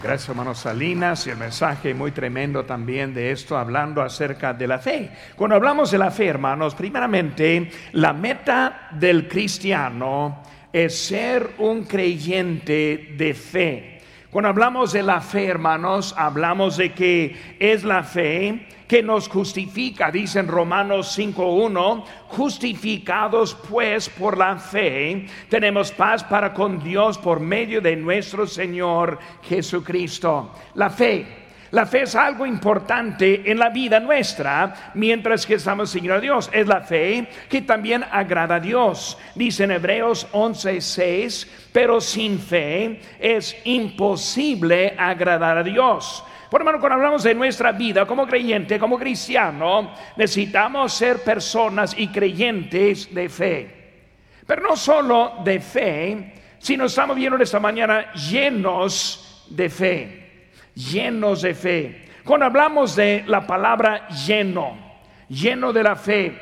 Gracias, hermano Salinas, y el mensaje muy tremendo también de esto, hablando acerca de la fe. Cuando hablamos de la fe, hermanos, primeramente, la meta del cristiano es ser un creyente de fe. Cuando hablamos de la fe, hermanos, hablamos de que es la fe que nos justifica. Dice en Romanos 5:1, justificados pues por la fe, tenemos paz para con Dios por medio de nuestro Señor Jesucristo. La fe es algo importante en la vida nuestra mientras que estamos siguiendo a Dios. Es la fe que también agrada a Dios. Dice en Hebreos 11:6, pero sin fe es imposible agradar a Dios. Por hermano, cuando hablamos de nuestra vida como creyente, como cristiano, necesitamos ser personas y creyentes de fe. Pero no solo de fe, sino estamos viendo esta mañana llenos de fe. Llenos de fe. Cuando hablamos de la palabra lleno de la fe,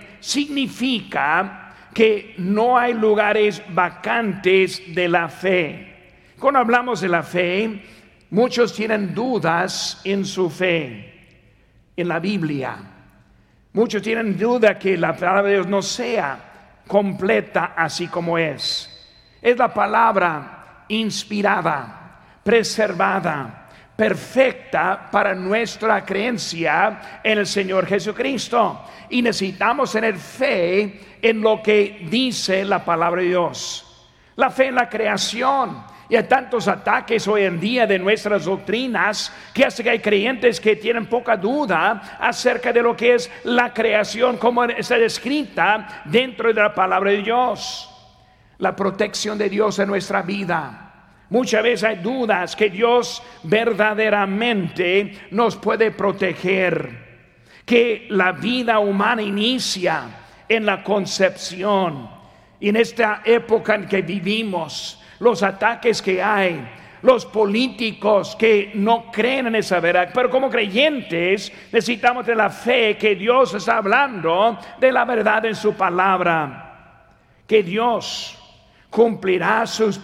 significa que no hay lugares vacantes de la fe. Cuando hablamos de la fe, muchos tienen dudas en su fe, en la Biblia. Muchos tienen duda que la palabra de Dios no sea completa así como es. Es la palabra inspirada, preservada, perfecta para nuestra creencia en el Señor Jesucristo. Y necesitamos tener fe en lo que dice la palabra de Dios. La fe en la creación. Y hay tantos ataques hoy en día de nuestras doctrinas que hace que hay creyentes que tienen poca duda acerca de lo que es la creación como está descrita dentro de la palabra de Dios. La protección de Dios en nuestra vida. Muchas veces hay dudas que Dios verdaderamente nos puede proteger, que la vida humana inicia en la concepción. Y en esta época en que vivimos, los ataques que hay, los políticos que no creen en esa verdad, pero como creyentes necesitamos de la fe que Dios está hablando de la verdad en su palabra, que Dios cumplirá sus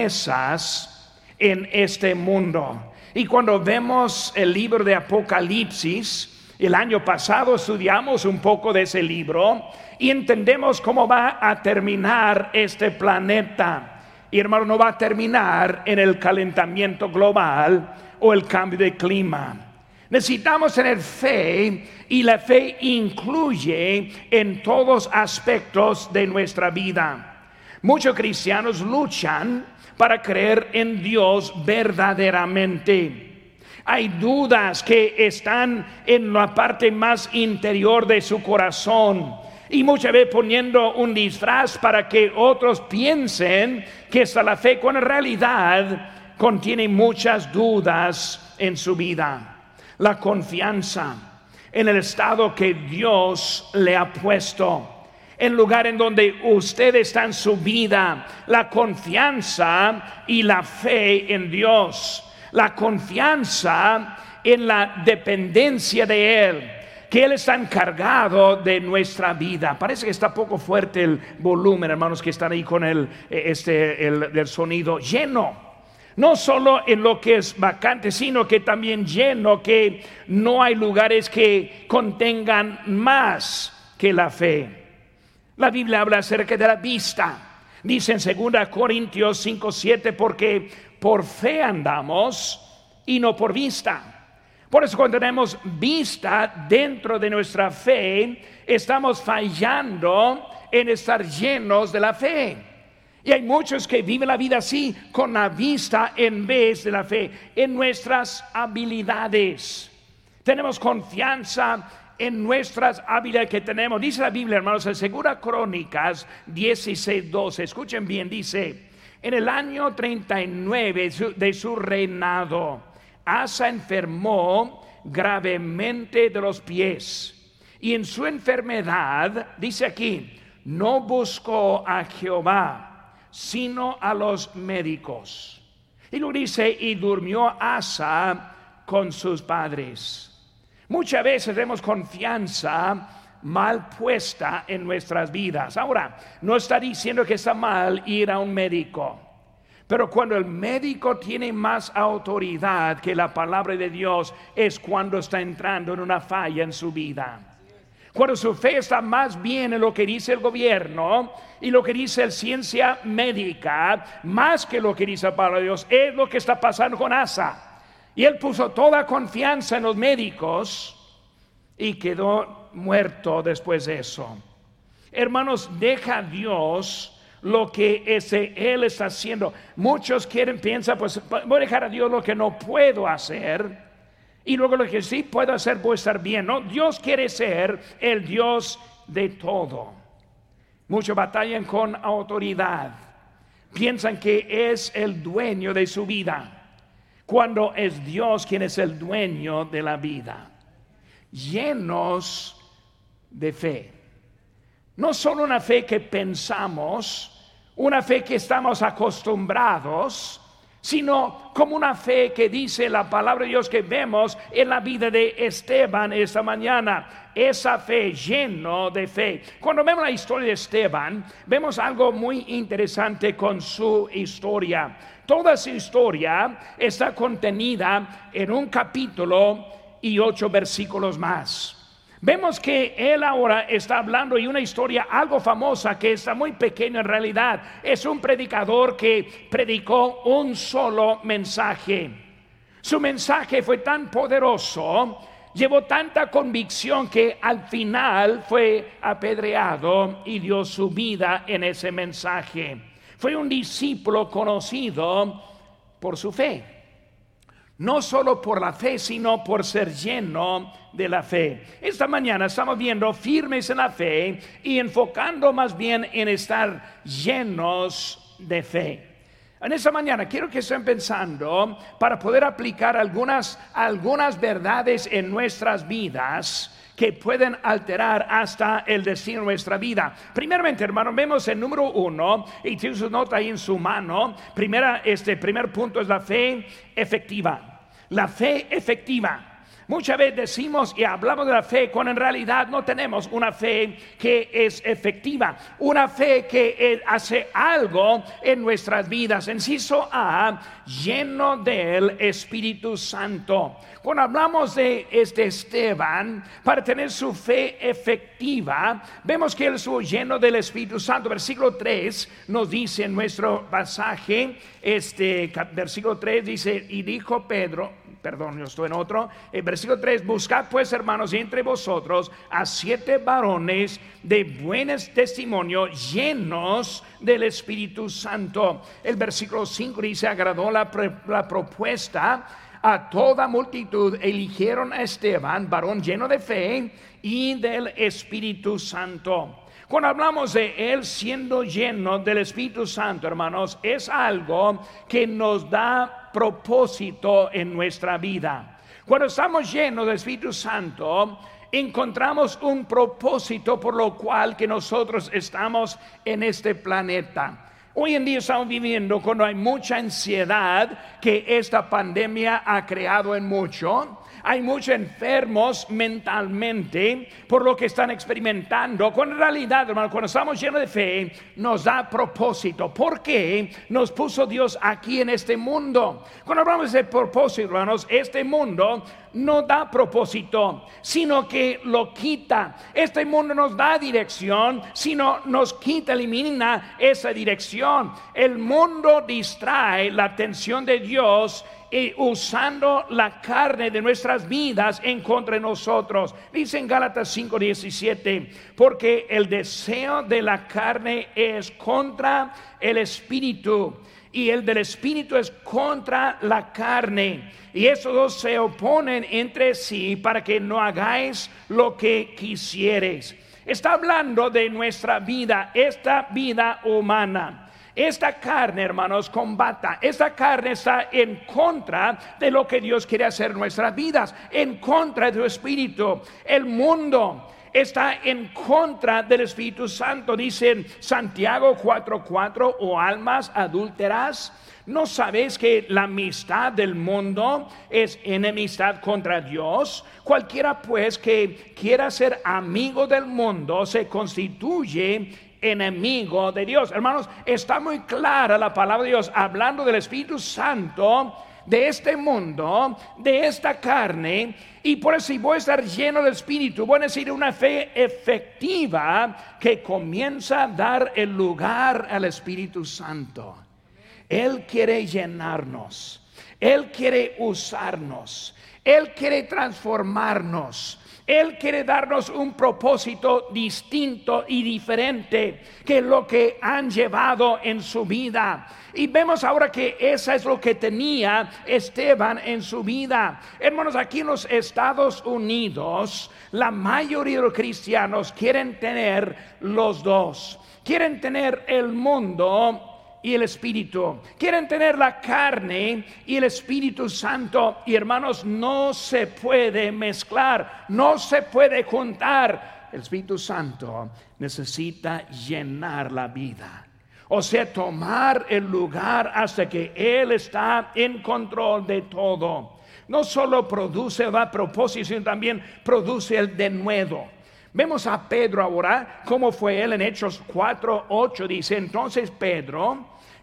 promesas en este mundo. Y cuando vemos el libro de Apocalipsis, el año pasado estudiamos un poco de ese libro y entendemos cómo va a terminar este planeta. Y hermano, no va a terminar en el calentamiento global o el cambio de clima. Necesitamos tener fe, y la fe incluye en todos aspectos de nuestra vida. Muchos cristianos luchan para creer en Dios verdaderamente. Hay dudas que están en la parte más interior de su corazón, y muchas veces poniendo un disfraz para que otros piensen que está la fe, cuando en realidad contiene muchas dudas en su vida. La confianza en el estado que Dios le ha puesto, el lugar en donde usted está en su vida, la confianza y la fe en Dios, la confianza en la dependencia de Él, que Él está encargado de nuestra vida. Parece que está poco fuerte el volumen, hermanos, que están ahí con el sonido. Lleno, no solo en lo que es vacante, sino que también lleno, que no hay lugares que contengan más que la fe. La Biblia habla acerca de la vista. Dice en 2 Corintios 5:7, porque por fe andamos y no por vista. Por eso cuando tenemos vista dentro de nuestra fe, estamos fallando en estar llenos de la fe. Y hay muchos que viven la vida así, con la vista en vez de la fe, en nuestras habilidades. Tenemos confianza en nuestras habilidades que tenemos. Dice la Biblia, hermanos, en 2 Crónicas 16:12, escuchen bien, dice: en el año 39 de su reinado, Asa enfermó gravemente de los pies, y en su enfermedad, dice aquí, no buscó a Jehová, sino a los médicos. Y luego dice: y durmió Asa con sus padres. Muchas veces tenemos confianza mal puesta en nuestras vidas. Ahora, no está diciendo que está mal ir a un médico, Pero cuando el médico tiene más autoridad que la palabra de Dios, es cuando está entrando en una falla en su vida. Cuando su fe está más bien en lo que dice el gobierno y lo que dice la ciencia médica, más que lo que dice la palabra de Dios, es lo que está pasando con Asa. Y él puso toda confianza en los médicos y quedó muerto después de eso. Hermanos, deja a Dios lo que él está haciendo. Muchos piensan, pues voy a dejar a Dios lo que no puedo hacer, y luego lo que sí puedo hacer voy a estar bien. No, Dios quiere ser el Dios de todo. Muchos batallan con autoridad, piensan que es el dueño de su vida, cuando es Dios quien es el dueño de la vida. Llenos de fe. No solo una fe que pensamos, una fe que estamos acostumbrados, sino como una fe que dice la palabra de Dios que vemos en la vida de Esteban esta mañana. Esa fe, lleno de fe. Cuando vemos la historia de Esteban, vemos algo muy interesante con su historia. Toda su historia está contenida en un capítulo y 8 versículos más. Vemos que él ahora está hablando y una historia algo famosa que está muy pequeña en realidad. Es un predicador que predicó un solo mensaje. Su mensaje fue tan poderoso, llevó tanta convicción que al final fue apedreado y dio su vida en ese mensaje. Fue un discípulo conocido por su fe. No solo por la fe, sino por ser lleno de la fe. Esta mañana estamos viendo firmes en la fe y enfocando más bien en estar llenos de fe. En esta mañana quiero que estén pensando para poder aplicar algunas verdades en nuestras vidas que pueden alterar hasta el destino de nuestra vida. Primeramente, hermano, vemos el número 1, y tiene su nota ahí en su mano. Primer punto es la fe efectiva. La fe efectiva. Muchas veces decimos y hablamos de la fe cuando en realidad no tenemos una fe que es efectiva, una fe que hace algo en nuestras vidas. Inciso A, lleno del Espíritu Santo. Cuando hablamos de Esteban, para tener su fe efectiva, vemos que él estuvo lleno del Espíritu Santo. Versículo 3 nos dice en nuestro pasaje, versículo 3 dice, y dijo Pedro, yo estoy en otro, versículo 3, buscad pues, hermanos, entre vosotros a 7 varones de buen testimonio, llenos del Espíritu Santo. El versículo 5 dice, agradó la propuesta a toda multitud, eligieron a Esteban, varón lleno de fe y del Espíritu Santo. Cuando hablamos de él siendo lleno del Espíritu Santo, hermanos, es algo que nos da propósito en nuestra vida. Cuando estamos llenos del Espíritu Santo, encontramos un propósito por lo cual que nosotros estamos en este planeta. Hoy en día estamos viviendo cuando hay mucha ansiedad que esta pandemia ha creado en mucho. Hay muchos enfermos mentalmente por lo que están experimentando. Cuando en realidad, hermano, cuando estamos llenos de fe, nos da propósito. ¿Por qué nos puso Dios aquí en este mundo? Cuando hablamos de propósito, hermanos, este mundo no da propósito, sino que lo quita. Este mundo nos da dirección, sino nos quita, elimina esa dirección. El mundo distrae la atención de Dios y usando la carne de nuestras vidas en contra de nosotros. Dice en Gálatas 5:17, porque el deseo de la carne es contra el espíritu y el del espíritu es contra la carne, y esos dos se oponen entre sí para que no hagáis lo que quisieres. Está hablando de nuestra vida, esta vida humana. Esta carne, hermanos, combata. Esta carne está en contra de lo que Dios quiere hacer en nuestras vidas, en contra de tu espíritu. El mundo está en contra del Espíritu Santo. Dice en Santiago 4:4, o almas adúlteras, ¿no sabéis que la amistad del mundo es enemistad contra Dios? Cualquiera pues que quiera ser amigo del mundo se constituye enemigo de Dios. Hermanos, está muy clara la palabra de Dios hablando del Espíritu Santo, de este mundo, de esta carne. Y por eso, si voy a estar lleno del Espíritu, voy a necesitar una fe efectiva que comienza a dar el lugar al Espíritu Santo. Él quiere llenarnos, Él quiere usarnos, Él quiere transformarnos. Él quiere darnos un propósito distinto y diferente que lo que han llevado en su vida. Y vemos ahora que esa es lo que tenía Esteban en su vida. Hermanos, aquí en los Estados Unidos, la mayoría de los cristianos quieren tener los dos. Quieren tener el mundo y el Espíritu. Quieren tener la carne y el Espíritu Santo. Y hermanos, no se puede mezclar, no se puede juntar. El Espíritu Santo necesita llenar la vida, o sea, tomar el lugar hasta que Él está en control de todo. No solo produce va a propósito, sino también produce el denuedo. Vemos a Pedro ahora, cómo fue él en Hechos 4:8. Dice: entonces Pedro,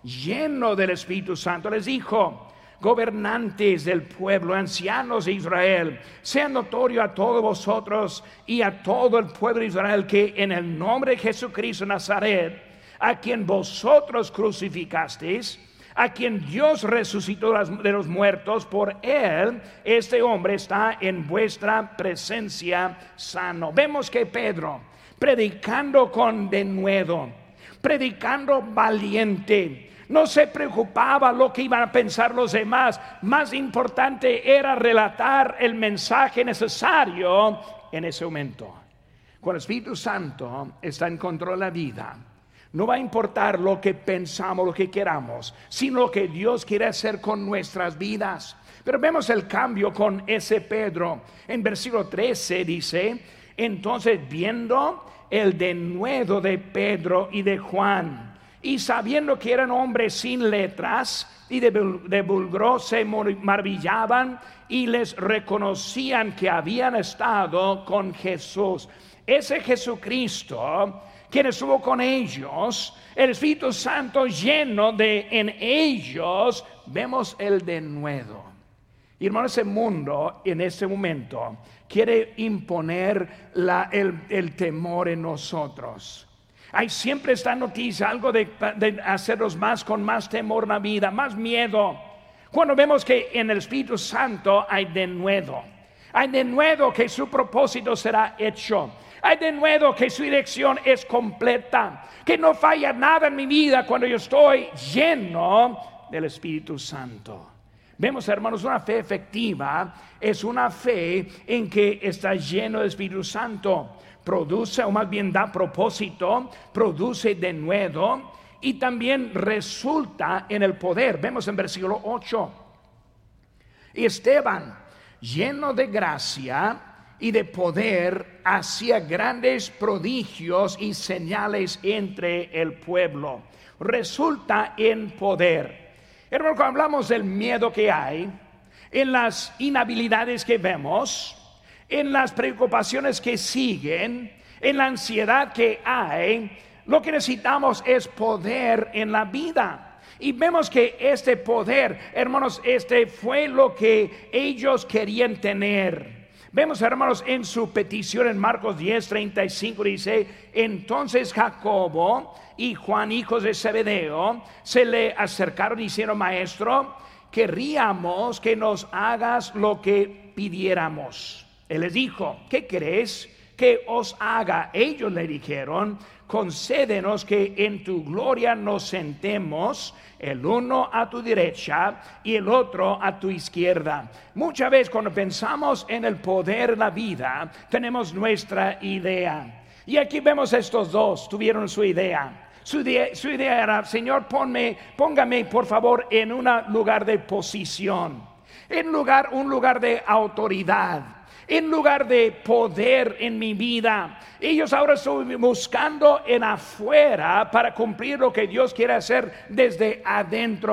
lleno del Espíritu Santo, les dijo: gobernantes del pueblo, ancianos de Israel, sea notorio a todos vosotros y a todo el pueblo de Israel que en el nombre de Jesucristo de Nazaret, a quien vosotros crucificasteis, a quien Dios resucitó de los muertos, por él este hombre está en vuestra presencia sano. Vemos que Pedro, predicando con denuedo, predicando valiente, no se preocupaba lo que iban a pensar los demás. Más importante era relatar el mensaje necesario en ese momento. Cuando el Espíritu Santo está en control de la vida, no va a importar lo que pensamos, lo que queramos, sino lo que Dios quiere hacer con nuestras vidas. Pero vemos el cambio con ese Pedro. En versículo 13 dice: entonces, viendo el denuedo de Pedro y de Juan, y sabiendo que eran hombres sin letras y de vulgar, se maravillaban y les reconocían que habían estado con Jesús. Ese Jesucristo, quien estuvo con ellos, el Espíritu Santo lleno en ellos, vemos el denuedo. Y hermano, ese mundo en este momento quiere imponer el temor en nosotros. Hay siempre esta noticia, algo de hacernos con más temor en la vida, más miedo. Cuando vemos que en el Espíritu Santo hay denuedo que su propósito será hecho. Hay denuedo que su dirección es completa, que no falla nada en mi vida cuando yo estoy lleno del Espíritu Santo. Vemos, hermanos, una fe efectiva es una fe en que está lleno del Espíritu Santo. Produce, o más bien da propósito, produce denuedo y también resulta en el poder. Vemos en versículo 8: y Esteban, lleno de gracia y de poder, hacía grandes prodigios y señales entre el pueblo. Resulta en poder. Hermano, cuando hablamos del miedo que hay, en las inhabilidades que vemos, en las preocupaciones que siguen, en la ansiedad que hay, lo que necesitamos es poder en la vida. Y vemos que este poder, hermanos, fue lo que ellos querían tener. Vemos, hermanos, en su petición en Marcos 10:35 dice: entonces Jacobo y Juan, hijos de Zebedeo, se le acercaron diciendo: maestro, querríamos que nos hagas lo que pidiéramos. Él les dijo: ¿qué queréis que os haga? Ellos le dijeron: concédenos que en tu gloria nos sentemos, el uno a tu derecha y el otro a tu izquierda. Muchas veces cuando pensamos en el poder de la vida, tenemos nuestra idea. Y aquí vemos estos dos, tuvieron su idea. Su idea era: Señor, póngame por favor en un lugar de posición, un lugar de autoridad, en lugar de poder en mi vida. Ellos ahora están buscando en afuera para cumplir lo que Dios quiere hacer desde adentro.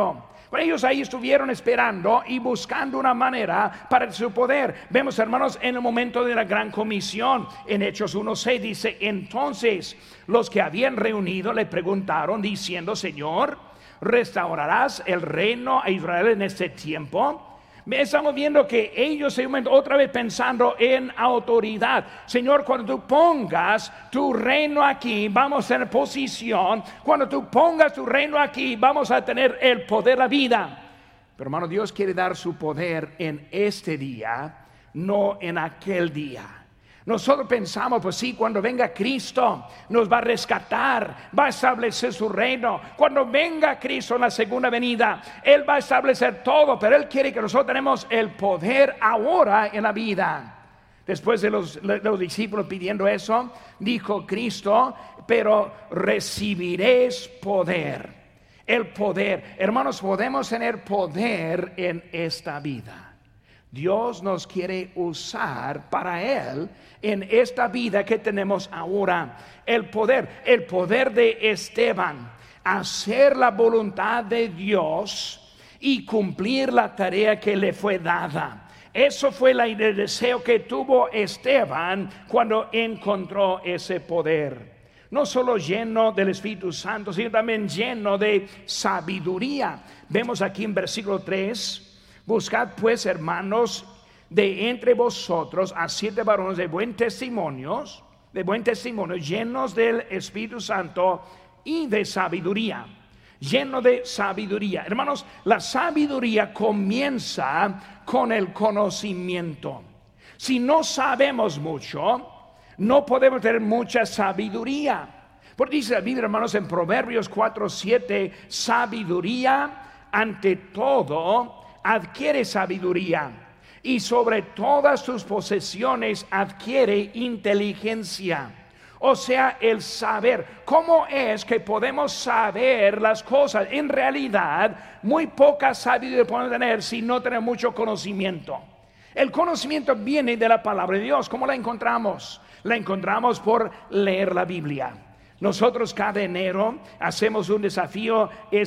Bueno, ellos ahí estuvieron esperando y buscando una manera para su poder. Vemos, hermanos, en el momento de la gran comisión, en Hechos 1:6 dice: entonces los que habían reunido le preguntaron diciendo: Señor, ¿restaurarás el reino a Israel en este tiempo? Estamos viendo que ellos se otra vez pensando en autoridad. Señor, cuando tú pongas tu reino aquí, vamos a tener posición. Cuando tú pongas tu reino aquí, vamos a tener el poder, la vida. Pero hermano, Dios quiere dar su poder en este día, no en aquel día. Nosotros pensamos, pues sí, cuando venga Cristo nos va a rescatar, va a establecer su reino. Cuando venga Cristo en la segunda venida, Él va a establecer todo, pero Él quiere que nosotros tenemos el poder ahora en la vida. Después de los discípulos pidiendo eso, dijo Cristo: pero recibiréis poder. El poder, hermanos, podemos tener poder en esta vida. Dios nos quiere usar para Él en esta vida que tenemos ahora. El poder de Esteban, hacer la voluntad de Dios y cumplir la tarea que le fue dada. Eso fue el deseo que tuvo Esteban cuando encontró ese poder. No solo lleno del Espíritu Santo, sino también lleno de sabiduría. Vemos aquí en versículo 3: buscad pues, hermanos, de entre vosotros a 7 varones de buen testimonio, llenos del Espíritu Santo y de sabiduría. Lleno de sabiduría. Hermanos, la sabiduría comienza con el conocimiento. Si no sabemos mucho, no podemos tener mucha sabiduría. Porque dice la Biblia, hermanos, en Proverbios 4:7, sabiduría ante todo adquiere sabiduría, y sobre todas tus posesiones adquiere inteligencia. O sea, el saber. ¿Cómo es que podemos saber las cosas? En realidad, muy poca sabiduría podemos tener si no tenemos mucho conocimiento. El conocimiento viene de la palabra de Dios. ¿Cómo la encontramos? La encontramos por leer la Biblia. Nosotros cada enero hacemos un desafío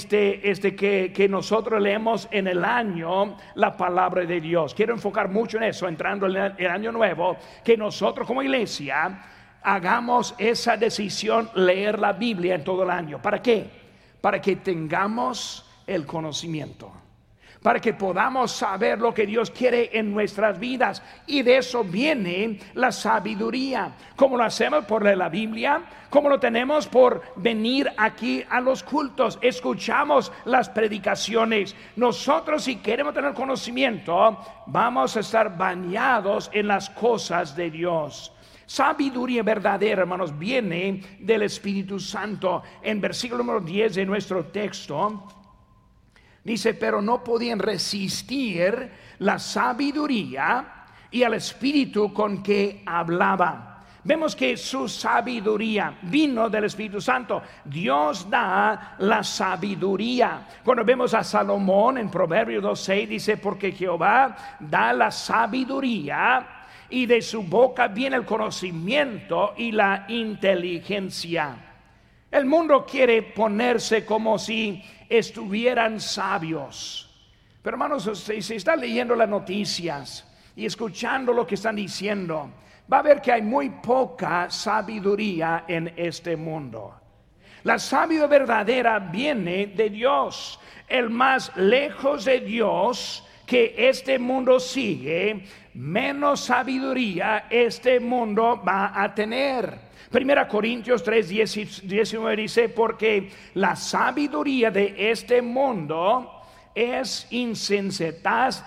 que nosotros leemos en el año la palabra de Dios. Quiero enfocar mucho en eso, entrando en el año nuevo, que nosotros como iglesia hagamos esa decisión, leer la Biblia en todo el año. ¿Para qué? Para que tengamos el conocimiento, para que podamos saber lo que Dios quiere en nuestras vidas. Y de eso viene la sabiduría. ¿Cómo lo hacemos? Por leer la Biblia. ¿Cómo lo tenemos? Por venir aquí a los cultos. Escuchamos las predicaciones. Nosotros, si queremos tener conocimiento, vamos a estar bañados en las cosas de Dios. Sabiduría verdadera, hermanos, viene del Espíritu Santo. En versículo número 10 de nuestro texto dice: pero no podían resistir la sabiduría y al espíritu con que hablaba. Vemos que su sabiduría vino del Espíritu Santo. Dios da la sabiduría. Cuando vemos a Salomón en Proverbios 2:6 dice: porque Jehová da la sabiduría y de su boca viene el conocimiento y la inteligencia. El mundo quiere ponerse como si estuvieran sabios. Pero hermanos, si está leyendo las noticias y escuchando lo que están diciendo, va a ver que hay muy poca sabiduría en este mundo. La sabiduría verdadera viene de Dios. El más lejos de Dios que este mundo sigue, menos sabiduría este mundo va a tener. 1 Corintios 3:19 dice: porque la sabiduría de este mundo es insensatez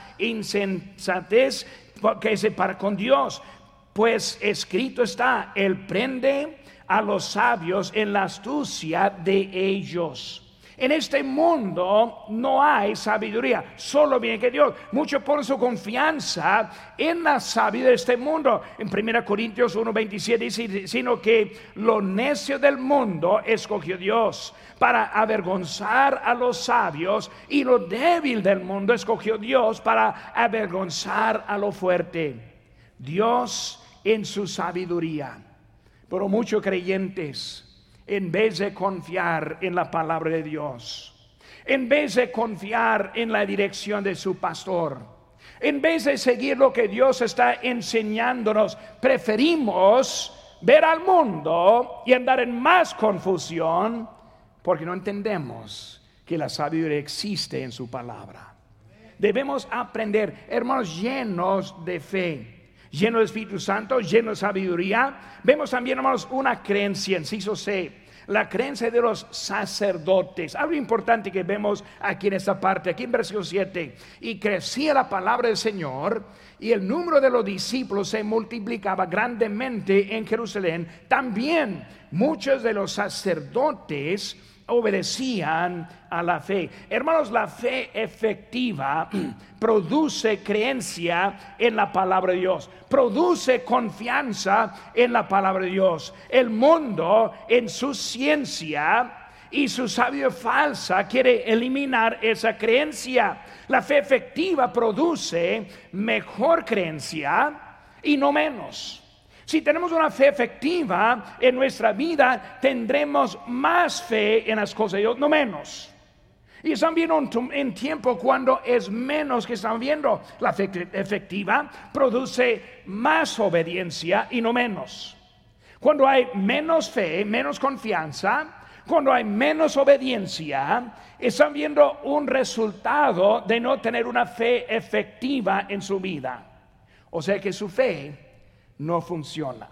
que se para con Dios. Pues escrito está: Él prende a los sabios en la astucia de ellos. En este mundo no hay sabiduría, solo viene que Dios. Muchos ponen su confianza en la sabiduría de este mundo. En 1 Corintios 1:27 dice: sino que lo necio del mundo escogió Dios para avergonzar a los sabios, y lo débil del mundo escogió Dios para avergonzar a lo fuerte. Dios en su sabiduría. Pero muchos creyentes, en vez de confiar en la palabra de Dios, En vez de confiar en la dirección de su pastor, en vez de seguir lo que Dios está enseñándonos, preferimos ver al mundo y andar en más confusión porque no entendemos que la sabiduría existe en su palabra. Debemos aprender, hermanos, llenos de fe, llenos del Espíritu Santo, llenos de sabiduría. Vemos también, hermanos, una creencia, inciso C, la creencia de los sacerdotes. Algo importante que vemos aquí en esta parte, aquí en versículo 7. Y crecía la palabra del Señor, y el número de los discípulos se multiplicaba grandemente en Jerusalén. También muchos de los sacerdotes obedecían a la fe. Hermanos, la fe efectiva produce creencia en la palabra de Dios, produce confianza en la palabra de Dios. El mundo, en su ciencia y su sabiduría falsa, quiere eliminar esa creencia. La fe efectiva produce mejor creencia y no menos. Si tenemos una fe efectiva en nuestra vida, tendremos más fe en las cosas de Dios, no menos. Y están viendo en tiempo cuando es menos que están viendo. La fe efectiva produce más obediencia y no menos. Cuando hay menos fe, menos confianza, cuando hay menos obediencia, están viendo un resultado de no tener una fe efectiva en su vida. O sea que su fe no funciona.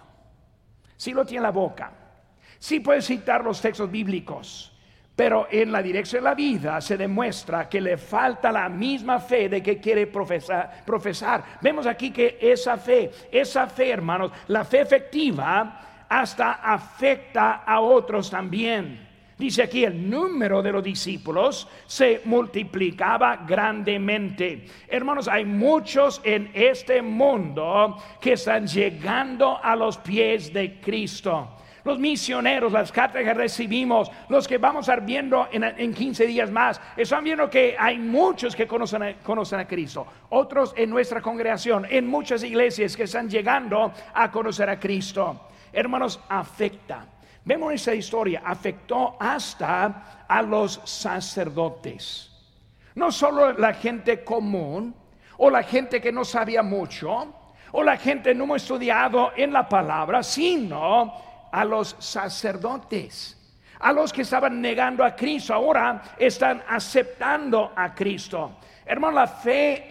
Sí lo tiene en la boca, sí puede citar los textos bíblicos, pero en la dirección de la vida se demuestra que le falta la misma fe de que quiere profesar. Vemos aquí que esa fe, hermanos, la fe efectiva hasta afecta a otros también. Dice aquí, el número de los discípulos se multiplicaba grandemente. Hermanos, hay muchos en este mundo que están llegando a los pies de Cristo. Los misioneros, las cartas que recibimos, los que vamos a estar viendo en 15 días más, están viendo que hay muchos que conocen a Cristo. Otros en nuestra congregación, en muchas iglesias que están llegando a conocer a Cristo. Hermanos, afecta. Vemos esa historia, afectó hasta a los sacerdotes. No solo la gente común, o la gente que no sabía mucho, o la gente no estudiado en la palabra, sino a los sacerdotes, a los que estaban negando a Cristo, ahora están aceptando a Cristo. Hermano, la fe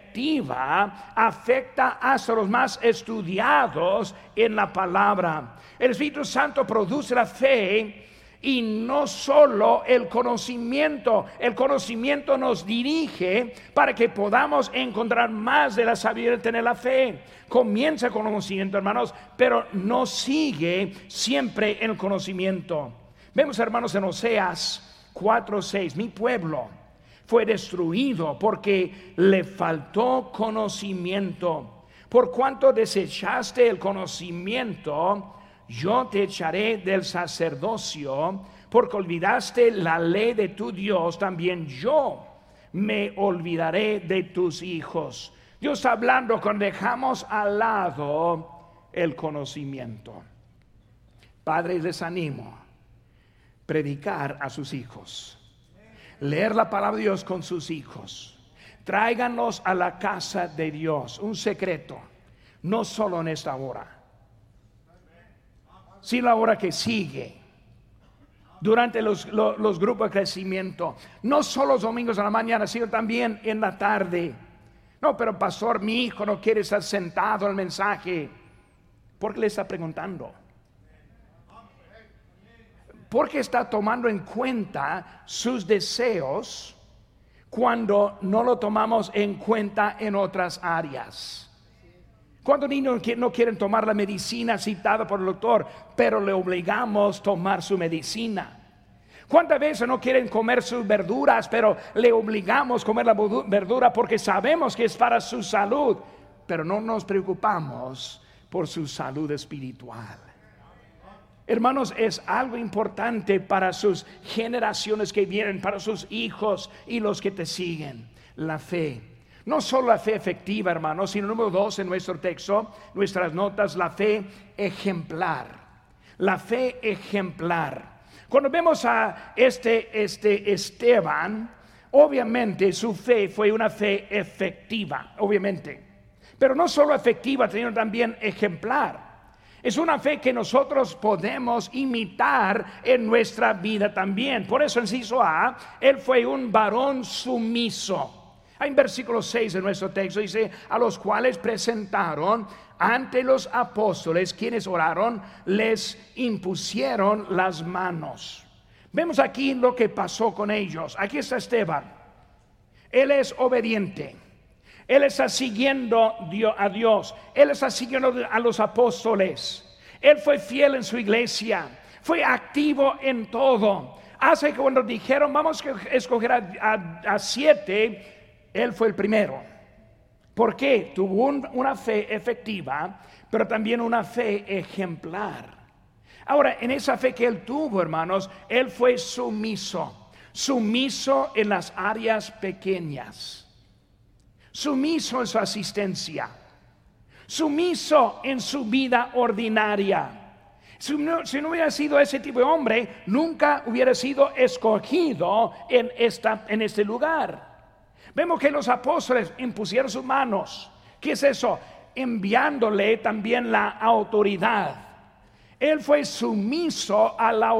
efectiva afecta hasta los más estudiados en la palabra. El Espíritu Santo produce la fe y no solo el conocimiento. El conocimiento nos dirige para que podamos encontrar más de la sabiduría de tener la fe. Comienza con conocimiento, hermanos, pero no sigue siempre en el conocimiento. Vemos, hermanos, en Oseas 4:6, mi pueblo fue destruido porque le faltó conocimiento. Por cuanto desechaste el conocimiento, yo te echaré del sacerdocio. Porque olvidaste la ley de tu Dios, también yo me olvidaré de tus hijos. Dios está hablando cuando dejamos al lado el conocimiento. Padres, les animo a predicar a sus hijos, leer la palabra de Dios con sus hijos. Tráiganlos a la casa de Dios. Un secreto, no solo en esta hora, sino la hora que sigue, durante los grupos de crecimiento, no solo los domingos a la mañana, sino también en la tarde. No, pero pastor, mi hijo no quiere estar sentado al mensaje. ¿Por qué le está preguntando? Porque está tomando en cuenta sus deseos cuando no lo tomamos en cuenta en otras áreas. Cuando niños no quieren tomar la medicina citada por el doctor, pero le obligamos a tomar su medicina. ¿Cuántas veces no quieren comer sus verduras, pero le obligamos a comer la verdura porque sabemos que es para su salud, pero no nos preocupamos por su salud espiritual? Hermanos, es algo importante para sus generaciones que vienen, para sus hijos y los que te siguen. La fe. No solo la fe efectiva, hermanos, sino número 2 en nuestro texto, nuestras notas, la fe ejemplar. La fe ejemplar. Cuando vemos a este Esteban, obviamente su fe fue una fe efectiva, obviamente. Pero no solo efectiva, sino también ejemplar. Es una fe que nosotros podemos imitar en nuestra vida también. Por eso, inciso A, él fue un varón sumiso. En versículo 6 de nuestro texto dice: a los cuales presentaron ante los apóstoles, quienes oraron, les impusieron las manos. Vemos aquí lo que pasó con ellos. Aquí está Esteban. Él es obediente. Él está siguiendo a Dios. Él está siguiendo a los apóstoles. Él fue fiel en su iglesia. Fue activo en todo. Hace que cuando dijeron vamos a escoger a 7, él fue el primero. ¿Por qué? Tuvo una fe efectiva, pero también una fe ejemplar. Ahora, en esa fe que él tuvo, hermanos, él fue sumiso. Sumiso en las áreas pequeñas. Sumiso en su asistencia, sumiso en su vida ordinaria. Si no hubiera sido ese tipo de hombre, nunca hubiera sido escogido en este lugar. Vemos que los apóstoles impusieron sus manos. ¿Qué es eso? Enviándole también la autoridad. Él fue sumiso a la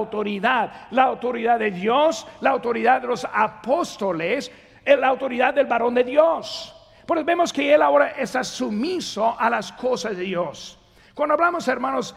autoridad de Dios, la autoridad de los apóstoles, la autoridad del varón de Dios. Porque vemos que él ahora está sumiso a las cosas de Dios. Cuando hablamos, hermanos,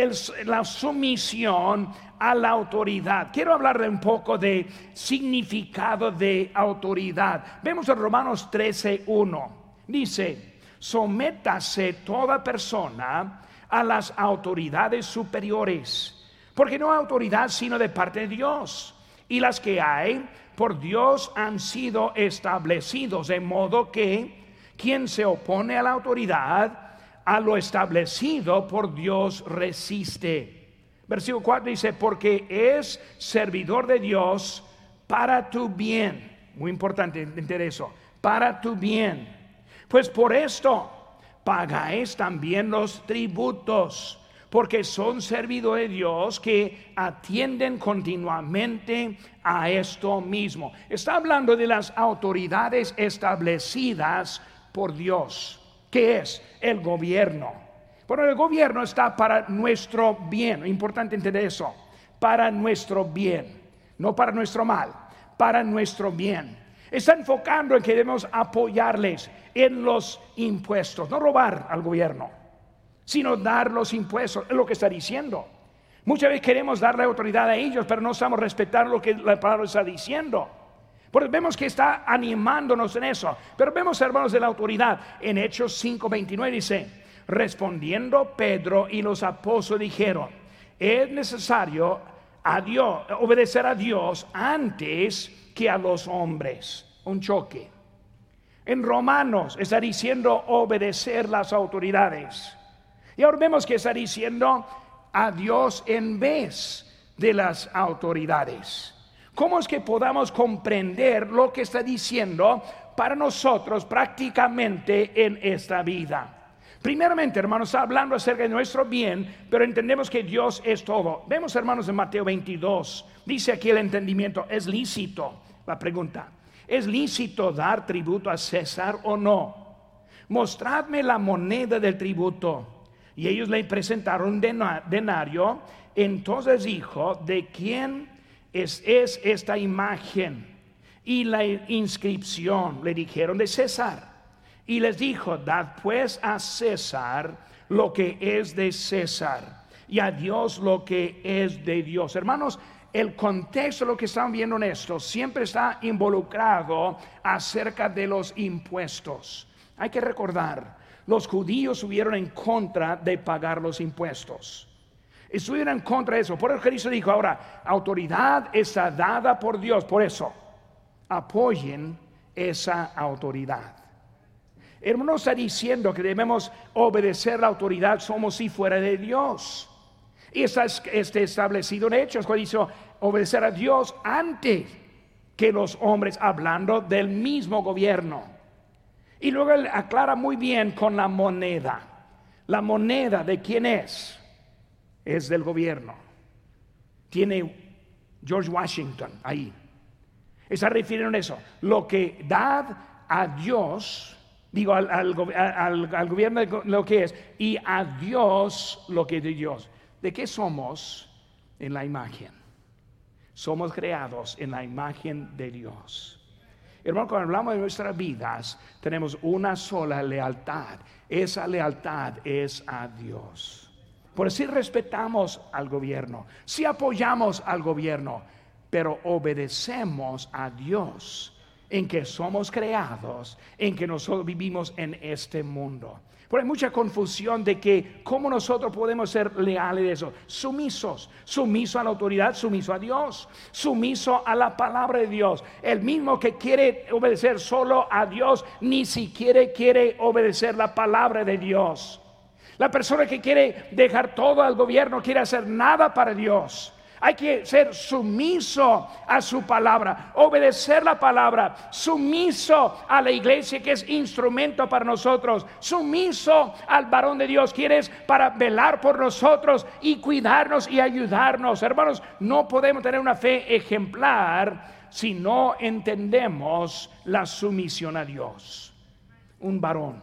la sumisión a la autoridad, quiero hablar de un poco de significado de autoridad. Vemos en Romanos 13:1. Dice: sométase toda persona a las autoridades superiores, porque no hay autoridad sino de parte de Dios, y las que hay por Dios han sido establecidos, de modo que quien se opone a la autoridad, a lo establecido por Dios resiste. Versículo 4 dice: porque es servidor de Dios para tu bien. Muy importante entender eso, para tu bien. Pues por esto pagáis también los tributos, porque son servidores de Dios que atienden continuamente a esto mismo. Está hablando de las autoridades establecidas por Dios. ¿Qué es? El gobierno. Pero el gobierno está para nuestro bien. Importante entender eso. Para nuestro bien, no para nuestro mal, para nuestro bien. Está enfocando en que debemos apoyarles en los impuestos, no robar al gobierno, sino dar los impuestos. Es lo que está diciendo. Muchas veces queremos darle autoridad a ellos, pero no sabemos respetar lo que la palabra está diciendo. Porque vemos que está animándonos en eso. Pero vemos, hermanos, de la autoridad. En Hechos 5:29 dice: respondiendo Pedro y los apóstoles dijeron: es necesario obedecer a Dios antes que a los hombres. Un choque. En Romanos está diciendo obedecer las autoridades. Y ahora vemos que está diciendo a Dios en vez de las autoridades. ¿Cómo es que podamos comprender lo que está diciendo para nosotros prácticamente en esta vida? Primeramente, hermanos, está hablando acerca de nuestro bien, pero entendemos que Dios es todo. Vemos, hermanos, en Mateo 22, dice aquí el entendimiento: ¿es lícito? La pregunta: ¿es lícito dar tributo a César o no? Mostradme la moneda del tributo. Y ellos le presentaron un denario. Entonces dijo: ¿de quién es esta imagen y la inscripción? Le dijeron: de César. Y les dijo: dad pues a César lo que es de César, y a Dios lo que es de Dios. Hermanos, el contexto de lo que están viendo en esto siempre está involucrado acerca de los impuestos. Hay que recordar, los judíos estuvieron en contra de pagar los impuestos. Estuvieron en contra de eso. Por eso Cristo dijo: ahora, autoridad está dada por Dios. Por eso, apoyen esa autoridad. Hermano, está diciendo que debemos obedecer la autoridad como si fuera de Dios. Y está establecido en Hechos, cuando dice obedecer a Dios antes que los hombres, hablando del mismo gobierno. Y luego él aclara muy bien con la moneda. La moneda, ¿de quién es? Es del gobierno. Tiene George Washington, ahí. Está refiriendo a eso. Lo que da a Dios, digo al gobierno lo que es, y a Dios lo que es de Dios. ¿De qué somos? En la imagen. Somos creados en la imagen de Dios. Hermano, cuando hablamos de nuestras vidas, tenemos una sola lealtad. Esa lealtad es a Dios. Por eso sí respetamos al gobierno, sí apoyamos al gobierno, pero obedecemos a Dios en que somos creados, en que nosotros vivimos en este mundo. Pero hay mucha confusión de que cómo nosotros podemos ser leales de eso. Sumisos a la autoridad, sumiso a Dios, sumiso a la palabra de Dios. El mismo que quiere obedecer solo a Dios, ni siquiera quiere obedecer la palabra de Dios. La persona que quiere dejar todo al gobierno, quiere hacer nada para Dios. Hay que ser sumiso a su palabra, obedecer la palabra, sumiso a la iglesia que es instrumento para nosotros, sumiso al varón de Dios que es para velar por nosotros y cuidarnos y ayudarnos. Hermanos, no podemos tener una fe ejemplar si no entendemos la sumisión a Dios. Un varón,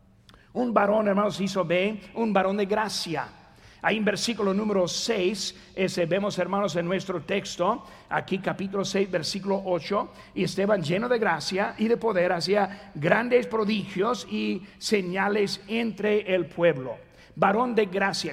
hermanos, hizo bien, un varón de gracia. Ahí en versículo número 6, vemos, hermanos, en nuestro texto, aquí capítulo 6, versículo 8, y Esteban, lleno de gracia y de poder, hacía grandes prodigios y señales entre el pueblo. Varón de gracia,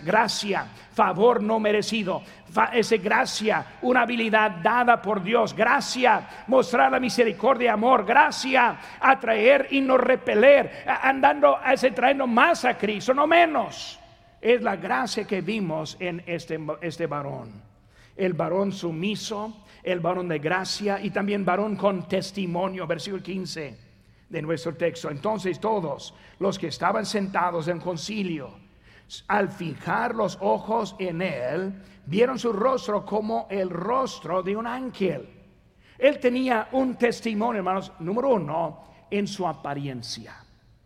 favor no merecido, gracia, una habilidad dada por Dios, gracia, mostrar la misericordia y amor, gracia, atraer y no repeler, andando, trayendo más a Cristo, no menos. Es la gracia que vimos en este varón. El varón sumiso, el varón de gracia y también varón con testimonio. Versículo 15 de nuestro texto. Entonces todos los que estaban sentados en concilio, al fijar los ojos en él, vieron su rostro como el rostro de un ángel. Él tenía un testimonio, hermanos, número uno, en su apariencia.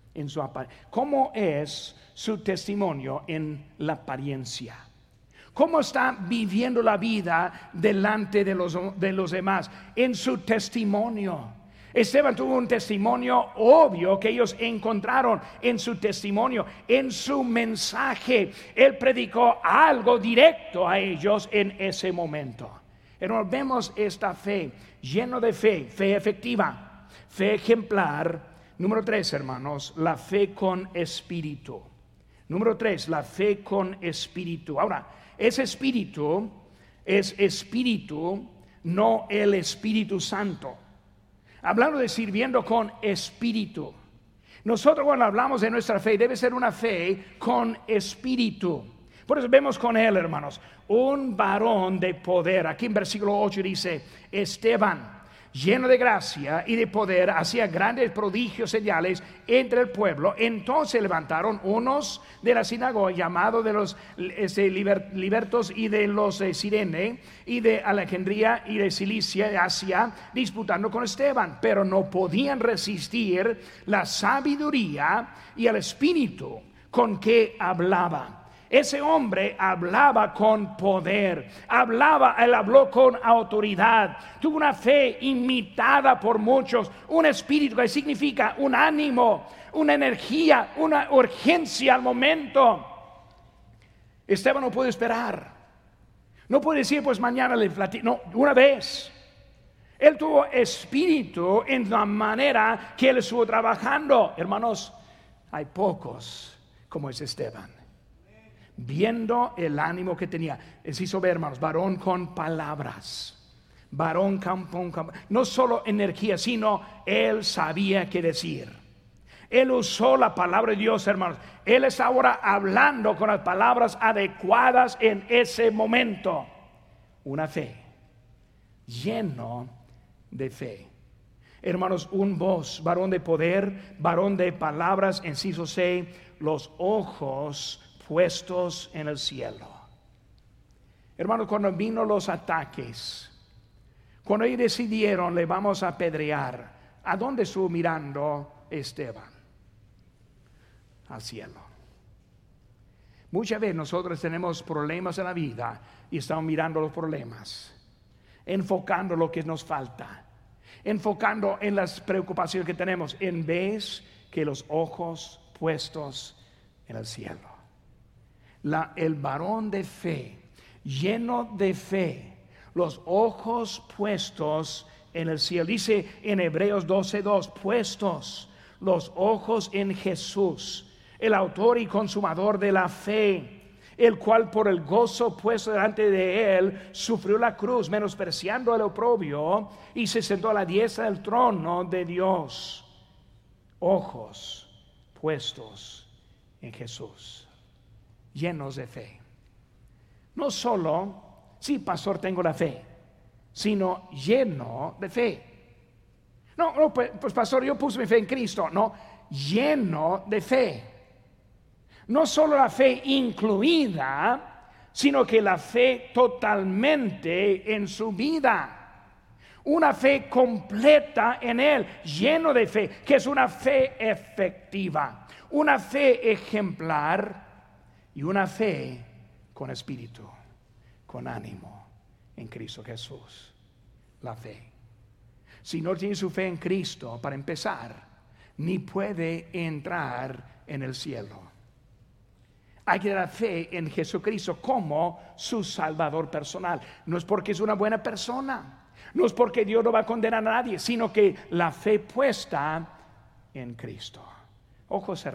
¿Cómo es su testimonio en la apariencia? ¿Cómo está viviendo la vida delante de los demás? En su testimonio. Esteban tuvo un testimonio obvio que ellos encontraron en su testimonio, en su mensaje. Él predicó algo directo a ellos en ese momento. Hermanos, vemos esta fe, lleno de fe efectiva, fe ejemplar. Número 3, hermanos, la fe con espíritu. Número 3, la fe con espíritu. Ahora, ese espíritu es espíritu, no el Espíritu Santo. Hablando de sirviendo con espíritu. Nosotros cuando hablamos de nuestra fe, debe ser una fe con espíritu. Por eso vemos con él, hermanos, un varón de poder. Aquí en versículo 8 dice, Esteban, lleno de gracia y de poder, hacía grandes prodigios, señales entre el pueblo. Entonces levantaron unos de la sinagoga, llamados de los libertos y de los Cirene y de Alejandría y de Cilicia, de Asia, disputando con Esteban, pero no podían resistir la sabiduría y el espíritu con que hablaba. Ese hombre hablaba con poder, él habló con autoridad, tuvo una fe imitada por muchos, un espíritu que significa un ánimo, una energía, una urgencia al momento. Esteban no puede esperar, no puede decir pues mañana le platico, no, una vez. Él tuvo espíritu en la manera que él estuvo trabajando. Hermanos, hay pocos como es Esteban. Viendo el ánimo que tenía, se hizo ver, hermanos, varón con palabras, varón con no solo energía, sino él sabía qué decir. Él usó la palabra de Dios, hermanos. Él está ahora hablando con las palabras adecuadas en ese momento. Una fe, lleno de fe. Hermanos, un voz, varón de poder, varón de palabras, inciso 6, los ojos puestos en el cielo. Hermanos, cuando vino los ataques, cuando ellos decidieron le vamos a apedrear, ¿a dónde estuvo mirando Esteban? Al cielo. Muchas veces nosotros tenemos problemas en la vida y estamos mirando los problemas. enfocando lo que nos falta, enfocando en las preocupaciones que tenemos, en vez que los ojos puestos en el cielo. El varón de fe, lleno de fe, los ojos puestos en el cielo. Dice en Hebreos 12:2, puestos los ojos en Jesús, el autor y consumador de la fe, el cual por el gozo puesto delante de él sufrió la cruz, menospreciando el oprobio, y se sentó a la diestra del trono de Dios. Ojos puestos en Jesús, llenos de fe. No solo, sí, pastor, tengo la fe, sino lleno de fe. No, pues pastor, yo puse mi fe en Cristo. No, lleno de fe. No solo la fe incluida, sino que la fe totalmente en su vida. Una fe completa en Él, lleno de fe, que es una fe efectiva, una fe ejemplar y una fe con espíritu, con ánimo en Cristo Jesús. La fe. Si no tiene su fe en Cristo, para empezar, ni puede entrar en el cielo. Hay que dar fe en Jesucristo como su Salvador personal. No es porque es una buena persona, no es porque Dios no va a condenar a nadie, sino que la fe puesta en Cristo. Ojos cerrados.